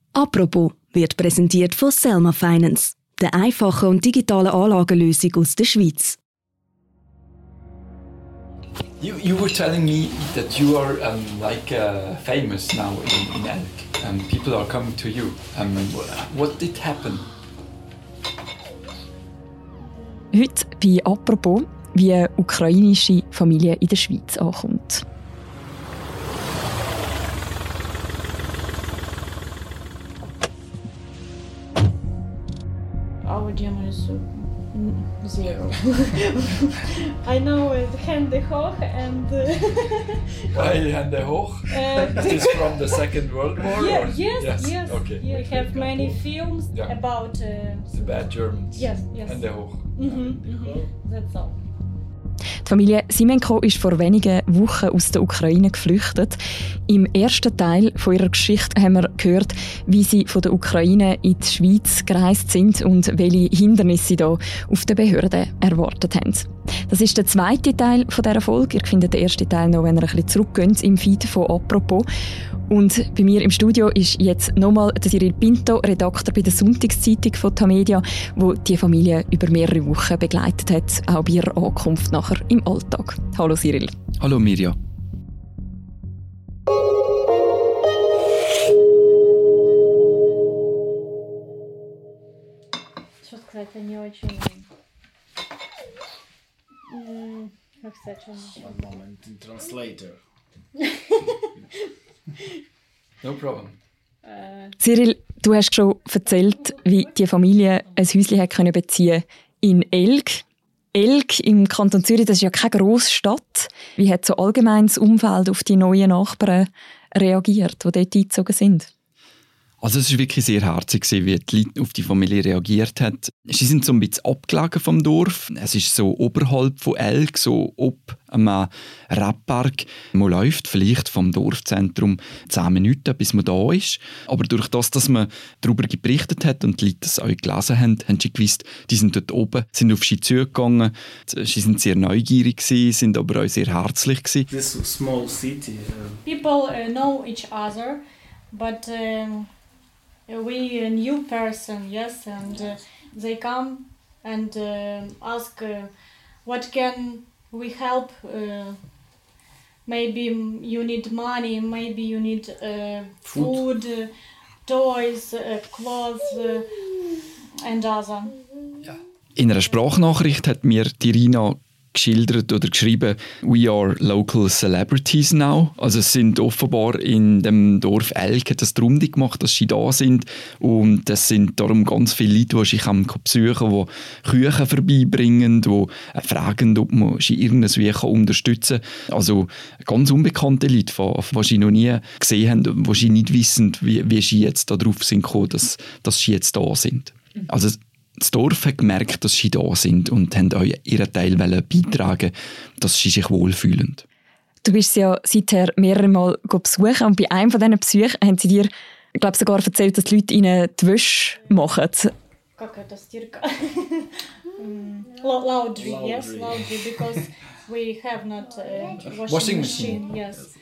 Apropos wird präsentiert von Selma Finance, der einfachen und digitalen Anlagenlösung aus der Schweiz. You were telling me that you are famous now in Elk. People are coming to you. What did happen? Heute bei «Apropos», wie eine ukrainische Familie in der Schweiz ankommt. Our German is zero. I know Hände hoch and. Why Hände hoch? Is this from the Second World War? Yes. Okay. We have many films about the bad Germans. Yes. Hände hoch. That's all. Die Familie Simenko ist vor wenigen Wochen aus der Ukraine geflüchtet. Im ersten Teil von ihrer Geschichte haben wir gehört, wie sie von der Ukraine in die Schweiz gereist sind und welche Hindernisse sie hier auf den Behörden erwartet haben. Das ist der zweite Teil dieser Folge. Ihr findet den ersten Teil noch, wenn ihr ein bisschen zurückgeht im Feed von «Apropos». Und bei mir im Studio ist jetzt nochmal Cyril Pinto, Redakteur bei der Sonntagszeitung von Tamedia, wo die Familie über mehrere Wochen begleitet hat, auch bei ihrer Ankunft nachher im Alltag. Hallo Cyril. Hallo Mirja. Что-то не очень. Как сказать? One moment, translator. No problem. Cyril, du hast schon erzählt, wie die Familie ein Häuschen hat beziehen in Elk. Elk im Kanton Zürich, das ist ja keine grosse Stadt. Wie hat so allgemein das Umfeld auf die neuen Nachbarn reagiert, die dort eingezogen sind? Also es war wirklich sehr herzig, wie die Leute auf die Familie reagiert haben. Sie sind so ein bisschen abgelegen vom Dorf. Es ist so oberhalb von Elk, so ob einem Radpark. Man läuft vielleicht vom Dorfzentrum 10 Minuten, bis man da ist. Aber durch das, dass man darüber berichtet hat und die Leute das auch gelesen haben, haben sie gewusst, die sind dort oben, sind auf sie zugegangen. Sie sind sehr neugierig, sind aber auch sehr herzlich. This small city. People know each other, but we a new person, yes, and they come and ask what can we help. Maybe you need money, maybe you need food, toys, clothes and other. In einer Sprachnachricht hat mir die Rina geschildert oder geschrieben, «We are local celebrities now». Also es sind offenbar in dem Dorf Elk hat das die Runde gemacht, dass sie da sind. Und es sind darum ganz viele Leute, die sich besuchen können, die Küchen vorbeibringen, die fragen, ob man sie irgendwie unterstützen kann. Also ganz unbekannte Leute, die sie noch nie gesehen haben, die sie nicht wissen, wie sie jetzt da drauf sind gekommen, dass sie jetzt da sind. Also das Dorf hat gemerkt, dass sie da sind und haben auch ihren Teil beitragen, dass sie sich wohlfühlen. Du bist sie ja seither mehrere Mal besuchen und bei einem von diesen Besuchen haben sie dir, ich glaube, sogar erzählt, dass die Leute ihnen die Wäsche machen. Как это стирка? Laundry, yes, laundry, because we have not washing machine. Yes.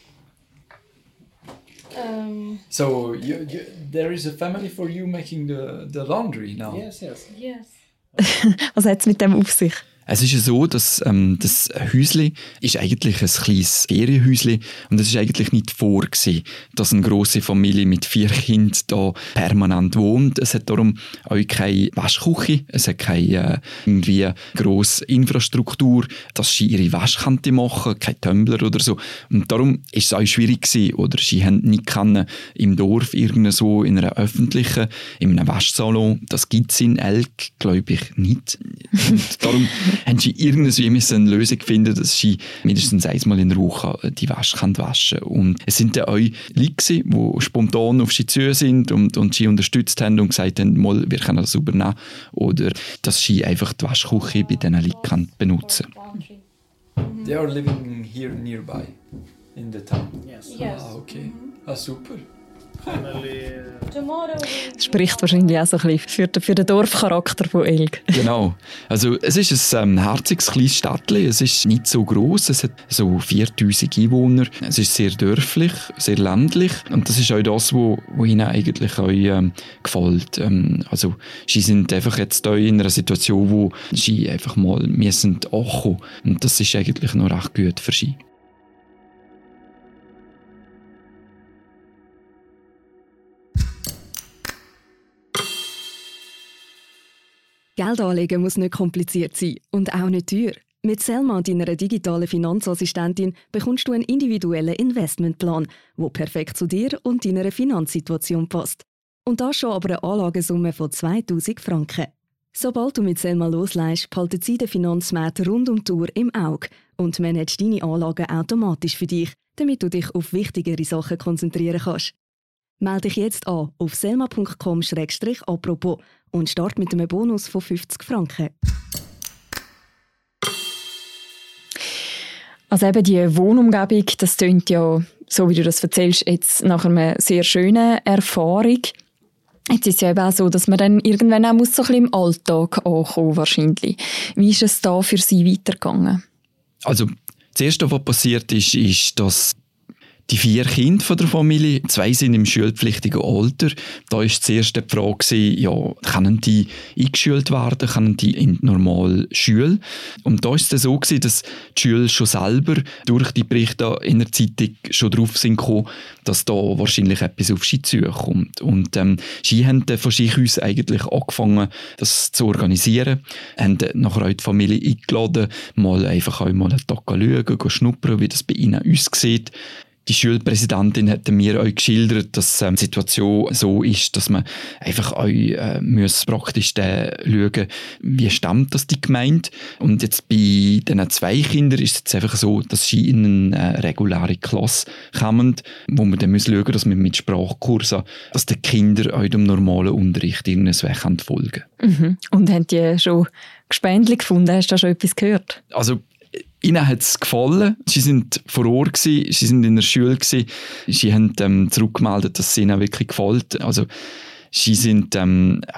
So there is a family for you making the laundry now? Yes. Was hat es mit dem auf sich? Es ist ja so, dass das Häusli ist eigentlich ein kleines Ferienhäusli und es ist eigentlich nicht vorgesehen, dass eine grosse Familie mit 4 Kindern da permanent wohnt. Es hat darum auch keine Waschküche, es hat keine irgendwie grosse Infrastruktur, dass sie ihre Wäsche machen können, kein Tumbler oder so. Und darum ist es auch schwierig gewesen, oder sie haben nicht können im Dorf irgendwo in einer öffentlichen, in einem Waschsalon, das gibt es in Elk, glaube ich, nicht. Und darum haben sie irgendwie eine Lösung finden, dass sie mindestens einmal in der Woche die Wäsche waschen können. Und es sind dann auch Leute, die spontan auf sie zu sind und sie unterstützt haben und gesagt haben, mal, wir können das übernehmen. Oder dass sie einfach die Waschküche bei diesen Leuten benutzen können. They are living here nearby, in the town? Yes. Yes. Ah, okay. Ah, super. Family. Das spricht wahrscheinlich auch so ein bisschen für den Dorfcharakter von Elg. Genau. Also es ist ein herziges kleines Städtchen. Es ist nicht so gross. Es hat so 4000 Einwohner. Es ist sehr dörflich, sehr ländlich. Und das ist auch das, was ihnen eigentlich auch gefällt. Also sie sind einfach jetzt hier in einer Situation, wo sie einfach mal ankommen. Und das ist eigentlich noch recht gut für sie. Geld anlegen muss nicht kompliziert sein und auch nicht teuer. Mit Selma, deiner digitalen Finanzassistentin, bekommst du einen individuellen Investmentplan, der perfekt zu dir und deiner Finanzsituation passt. Und das schon aber eine Anlagesumme von 2000 Franken. Sobald du mit Selma loslegst, behalten sie den Finanzmarkt rund um die Uhr im Auge und managt deine Anlagen automatisch für dich, damit du dich auf wichtigere Sachen konzentrieren kannst. Melde dich jetzt an auf selma.com/apropos und start mit einem Bonus von 50 Franken. Also eben die Wohnumgebung, das klingt ja, so wie du das erzählst, jetzt nach einer sehr schönen Erfahrung. Jetzt ist es ja eben auch so, dass man dann irgendwann auch so ein bisschen im Alltag ankommen wahrscheinlich. Wie ist es da für Sie weitergegangen? Also das Erste, was passiert ist, dass die 4 Kinder von der Familie, 2 sind im schulpflichtigen Alter. Da war zuerst die Frage, ja, können die eingeschult werden, können die in die normale Schule? Und da war es so, dass die Schule schon selber durch die Berichte in der Zeitung schon drauf sind gekommen, dass da wahrscheinlich etwas auf sie zukommt. Und sie haben von sich aus eigentlich angefangen, das zu organisieren, haben nachher auch die Familie eingeladen, mal einfach auch mal einen Tag schauen, schnuppern, wie das bei ihnen aussieht. Die Schulpräsidentin hat mir auch geschildert, dass die Situation so ist, dass man einfach auch praktisch schauen, wie stammt das die Gemeinde. Und jetzt bei diesen 2 Kindern ist es jetzt einfach so, dass sie in eine reguläre Klasse kommen, wo man dann schauen muss, dass man mit Sprachkursen, dass die Kinder auch dem normalen Unterricht irgendwann folgen können. Mhm. Und haben die schon Gespendli gefunden? Hast du da schon etwas gehört? Also ihnen hat es gefallen. Sie sind vor Ort gewesen, sie sind in der Schule gewesen. Sie haben zurückgemeldet, dass es ihnen wirklich gefällt. Also sie sind da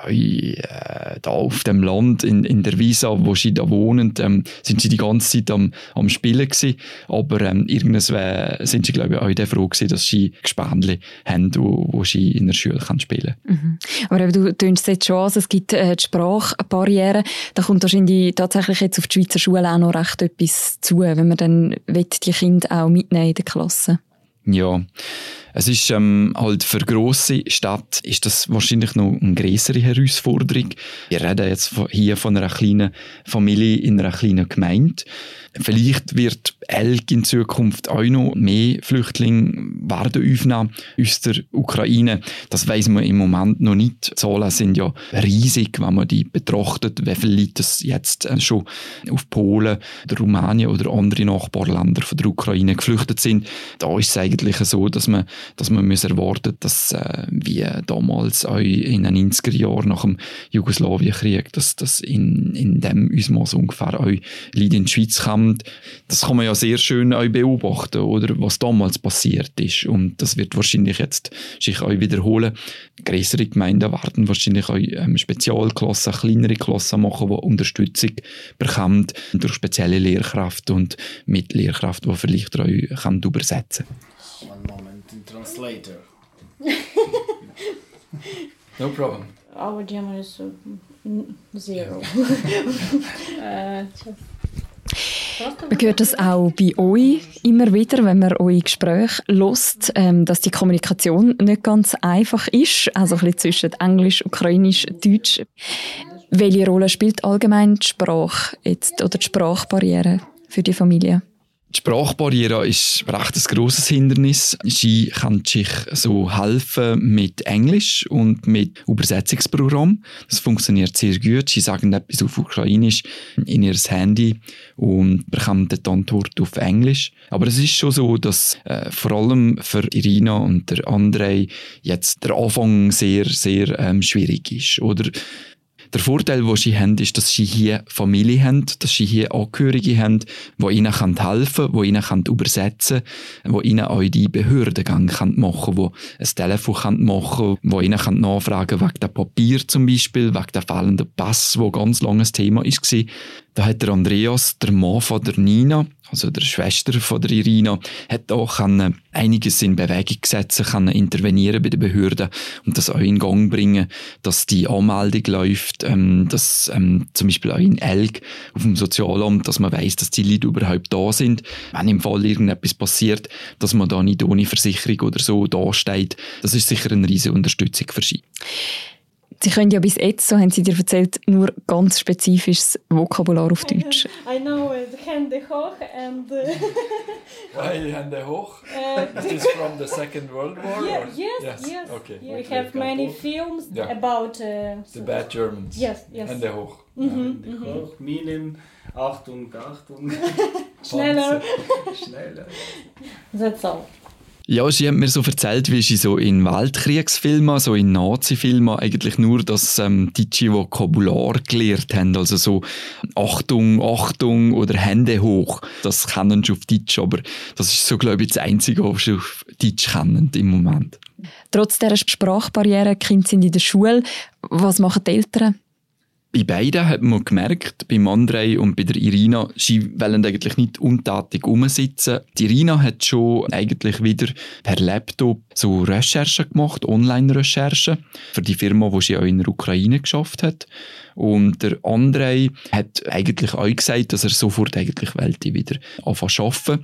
auf dem Land in der Wiesa, wo sie da wohnen, sind sie die ganze Zeit am Spielen gewesen. Aber irgendwann sind sie, glaube ich, auch froh gewesen, dass sie Gespendli haben, wo sie in der Schule spielen können. Mhm. Aber du tönst jetzt schon an, es gibt die Sprachbarrieren. Da kommt wahrscheinlich tatsächlich jetzt auf die Schweizer Schule auch noch recht etwas zu, wenn man dann die Kinder auch mitnehmen in der Klasse. Ja, es ist halt für grosse Städte ist das wahrscheinlich noch eine grössere Herausforderung. Wir reden jetzt hier von einer kleinen Familie in einer kleinen Gemeinde. Vielleicht wird Elg in Zukunft auch noch mehr Flüchtlinge werden aufnehmen aus der Ukraine. Das weiss man im Moment noch nicht. Die Zahlen sind ja riesig, wenn man die betrachtet, wie viele Leute das jetzt schon auf Polen, Rumänien oder andere Nachbarländer von der Ukraine geflüchtet sind. Da ist es eigentlich so, dass man erwarten muss, dass wie damals auch in den 90er Jahren nach dem Jugoslawienkrieg, dass das in dem Ausmaß ungefähr auch Leute in die Schweiz kommen. Das kann man ja sehr schön auch beobachten, oder, was damals passiert ist. Und das wird wahrscheinlich jetzt sich auch wiederholen. Grössere Gemeinden werden wahrscheinlich auch Spezialklassen, kleinere Klassen machen, die Unterstützung bekommen durch spezielle Lehrkräfte und mit Lehrkräften, die vielleicht auch übersetzen können. One moment in translator. No problem. Our German is 0. Man hört das auch bei euch immer wieder, wenn man eure Gespräche hört, dass die Kommunikation nicht ganz einfach ist, also ein bisschen zwischen Englisch, Ukrainisch, Deutsch. Welche Rolle spielt allgemein die Sprache jetzt, oder die Sprachbarriere für die Familie? Die Sprachbarriere ist recht ein grosses Hindernis. Sie kann sich so helfen mit Englisch und mit Übersetzungsprogramm. Das funktioniert sehr gut. Sie sagen etwas auf Ukrainisch in ihr Handy und bekommen die Antwort auf Englisch. Aber es ist schon so, dass vor allem für Irina und der Andrei jetzt der Anfang sehr, sehr schwierig ist. Oder Der Vorteil, den sie haben, ist, dass sie hier Familie haben, dass sie hier Angehörige haben, die ihnen helfen können, die ihnen übersetzen können, die ihnen auch die Behördengang machen können, die ein Telefon machen können, die ihnen nachfragen wegen dem Papier zum Beispiel, wegen dem fehlenden Pass, wo ganz langes Thema war. Da hat der Andreas, der Mann von der Nina, also der Schwester von der Irina, hat auch einiges in Bewegung gesetzt, kann intervenieren bei den Behörden und das auch in Gang bringen, dass die Anmeldung läuft, dass zum Beispiel auch in Elg auf dem Sozialamt, dass man weiss, dass die Leute überhaupt da sind, wenn im Fall irgendetwas passiert, dass man da nicht ohne Versicherung oder so dasteht. Das ist sicher eine riesige Unterstützung für sie. Sie können ja bis jetzt, so haben Sie dir erzählt, nur ganz spezifisches Vokabular auf Deutsch. I know Hände hoch and... Why Hände hoch? Is this from the Second World War? Yes. Okay. We have many films about... the bad Germans. Yes. Hände hoch. Hände hoch, Minen, Achtung. Schneller. That's all. Ja, sie hat mir so erzählt, wie sie so in Weltkriegsfilmen, so in Nazi-Filmen eigentlich nur das deutsche Vokabular gelernt haben. Also so Achtung oder Hände hoch. Das kennen sie auf Deutsch, aber das ist so, glaube ich, das Einzige, was sie auf Deutsch kennen im Moment. Trotz dieser Sprachbarriere, die Kinder sind in der Schule. Was machen die Eltern? Bei beiden hat man gemerkt, beim Andrei und bei der Irina, sie wollen eigentlich nicht untätig rumsitzen. Die Irina hat schon eigentlich wieder per Laptop so Recherchen gemacht, Online-Recherchen, für die Firma, die sie auch in der Ukraine geschafft hat. Und der Andrei hat eigentlich auch gesagt, dass er sofort eigentlich wieder anfangen zu arbeiten.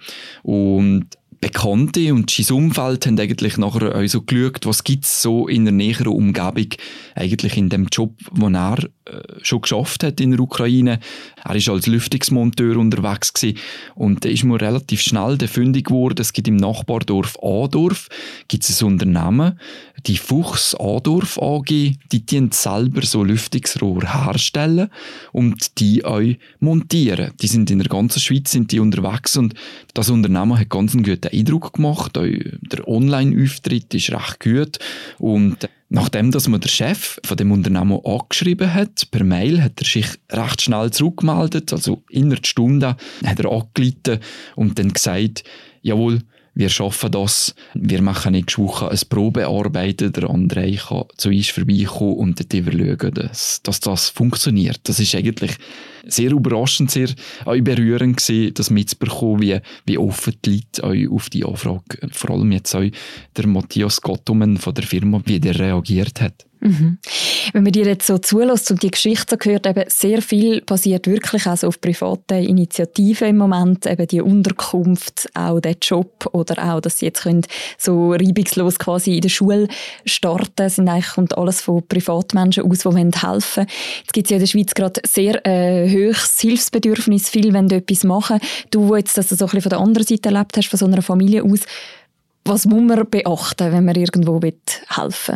Und Bekannte und sein Umfeld haben eigentlich nachher auch so geschaut, was gibt es so in der näheren Umgebung eigentlich in dem Job, den er schon geschafft hat in der Ukraine. Er war als Lüftungsmonteur unterwegs gewesen, und da ist mir relativ schnell der fündig geworden, es gibt im Nachbardorf Adorf gibt es ein Unternehmen, die Fuchs Adorf AG, die selber so Lüftungsrohre herstellen und die auch montieren. Die sind in der ganzen Schweiz sind die unterwegs, und das Unternehmen hat ganz einen guten Eindruck gemacht. Auch der Online-Auftritt ist recht gut, und nachdem dass man den Chef von dem Unternehmen angeschrieben hat, per Mail, hat er sich recht schnell zurückgemeldet, also innerhalb Stunden hat er angerufen und dann gesagt, jawohl, wir schaffen das, wir machen nächste Woche ein Probearbeiten, der Andrei kann zu uns vorbeikommen und dann schauen, dass das funktioniert. Das ist eigentlich sehr überraschend, sehr berührend gewesen, das mitzubekommen, wie offen die Leute auch auf die Anfrage, vor allem jetzt auch der Matthias Gottomen von der Firma, wie der reagiert hat. Mhm. Wenn man dir jetzt so zulässt und die Geschichte so hört, eben sehr viel passiert wirklich also auf privaten Initiativen im Moment, eben die Unterkunft, auch der Job oder auch, dass sie jetzt können so reibungslos quasi in der Schule starten, sind eigentlich und alles von Privatmenschen aus, die helfen wollen. Jetzt gibt es ja in der Schweiz gerade sehr hohes Hilfsbedürfnis, viel wollen etwas machen. Du, wo jetzt das so ein bisschen von der anderen Seite erlebt hast, von so einer Familie aus, was muss man beachten, wenn man irgendwo helfen will?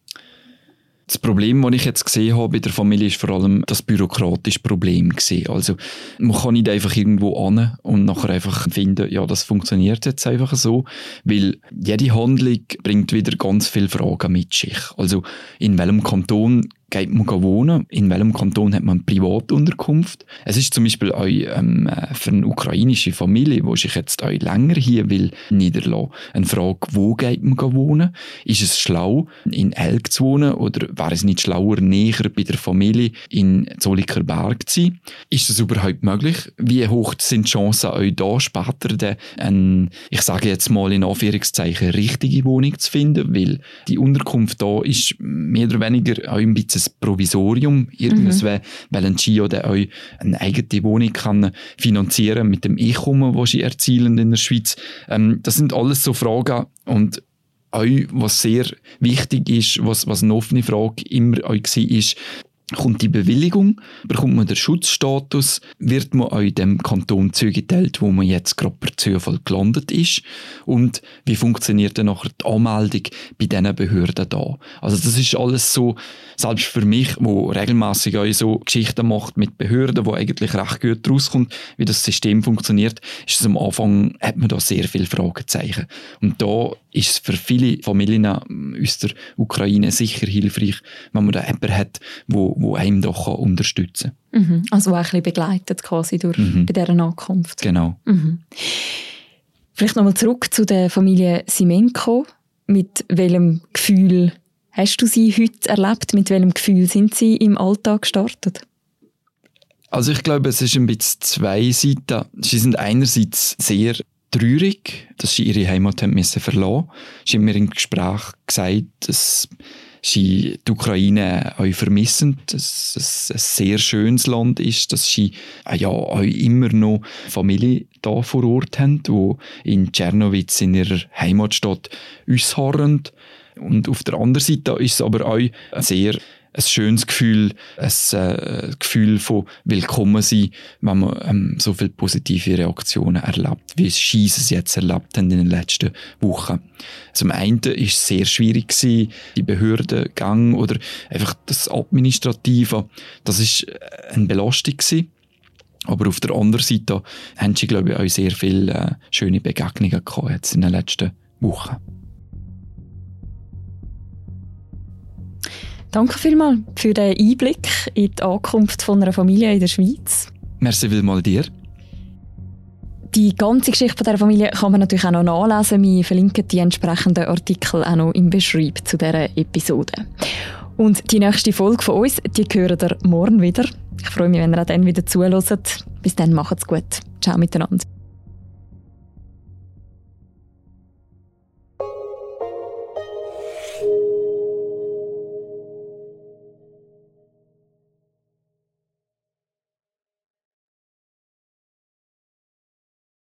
Das Problem, das ich jetzt gesehen habe bei der Familie, ist vor allem das bürokratische Problem gewesen. Also, man kann nicht einfach irgendwo hin und nachher einfach finden, ja, das funktioniert jetzt einfach so, weil jede Handlung bringt wieder ganz viele Fragen mit sich. Also, in welchem Kanton geht man wohnen? In welchem Kanton hat man eine Privatunterkunft? Es ist zum Beispiel auch für eine ukrainische Familie, die sich jetzt auch länger hier will niederlassen, eine Frage, wo geht man wohnen? Ist es schlau, in Elg zu wohnen, oder wäre es nicht schlauer, näher bei der Familie in Zollikerberg zu sein? Ist das überhaupt möglich? Wie hoch sind die Chancen, auch da später eine, ich sage jetzt mal in Anführungszeichen, richtige Wohnung zu finden? Weil die Unterkunft da ist mehr oder weniger auch ein bisschen ein Provisorium. Irgendwann wollen sie ja auch eine eigene Wohnung kann finanzieren mit dem Einkommen, das sie erzielen in der Schweiz. Das sind alles so Fragen, und auch, was sehr wichtig ist, was eine offene Frage immer auch war, ist, kommt die Bewilligung, bekommt man den Schutzstatus, wird man auch in dem Kanton zugeteilt, wo man jetzt gerade per Zufall gelandet ist, und wie funktioniert dann nachher die Anmeldung bei diesen Behörden da. Also das ist alles so, selbst für mich, wo regelmässig auch so Geschichten macht mit Behörden, wo eigentlich recht gut rauskommt, wie das System funktioniert, ist es am Anfang, hat man da sehr viele Fragezeichen. Und da ist es für viele Familien aus der Ukraine sicher hilfreich, wenn man da jemanden hat, wo einem doch unterstützen kann. Also auch ein bisschen begleitet quasi bei dieser Ankunft. Genau. Vielleicht nochmal zurück zu der Familie Simenko. Mit welchem Gefühl hast du sie heute erlebt? Mit welchem Gefühl sind sie im Alltag gestartet? Also ich glaube, es ist ein bisschen zwei Seiten. Sie sind einerseits sehr traurig, dass sie ihre Heimat haben müssen verlassen. Sie haben mir im Gespräch gesagt, dass sie die Ukraine auch vermissen, dass es ein sehr schönes Land ist, dass sie auch immer noch Familie da vor Ort haben, die in Czernowitz in ihrer Heimatstadt ausharren. Und auf der anderen Seite ist es aber auch ein schönes Gefühl, ein Gefühl von Willkommen sein, wenn man so viele positive Reaktionen erlebt, wie sie es jetzt erlebt haben in den letzten Wochen. Zum einen war es sehr schwierig, die Behördengang oder einfach das Administrative, das war eine Belastung gewesen. Aber auf der anderen Seite haben sie, glaube ich, auch sehr viele schöne Begegnungen gehabt jetzt in den letzten Wochen. Danke vielmals für den Einblick in die Ankunft von einer Familie in der Schweiz. Merci vielmals dir. Die ganze Geschichte von dieser Familie kann man natürlich auch noch nachlesen. Wir verlinken die entsprechenden Artikel auch noch im Beschreib zu dieser Episode. Und die nächste Folge von uns, die hören ihr morgen wieder. Ich freue mich, wenn ihr auch dann wieder zuhört. Bis dann, macht's gut. Ciao miteinander.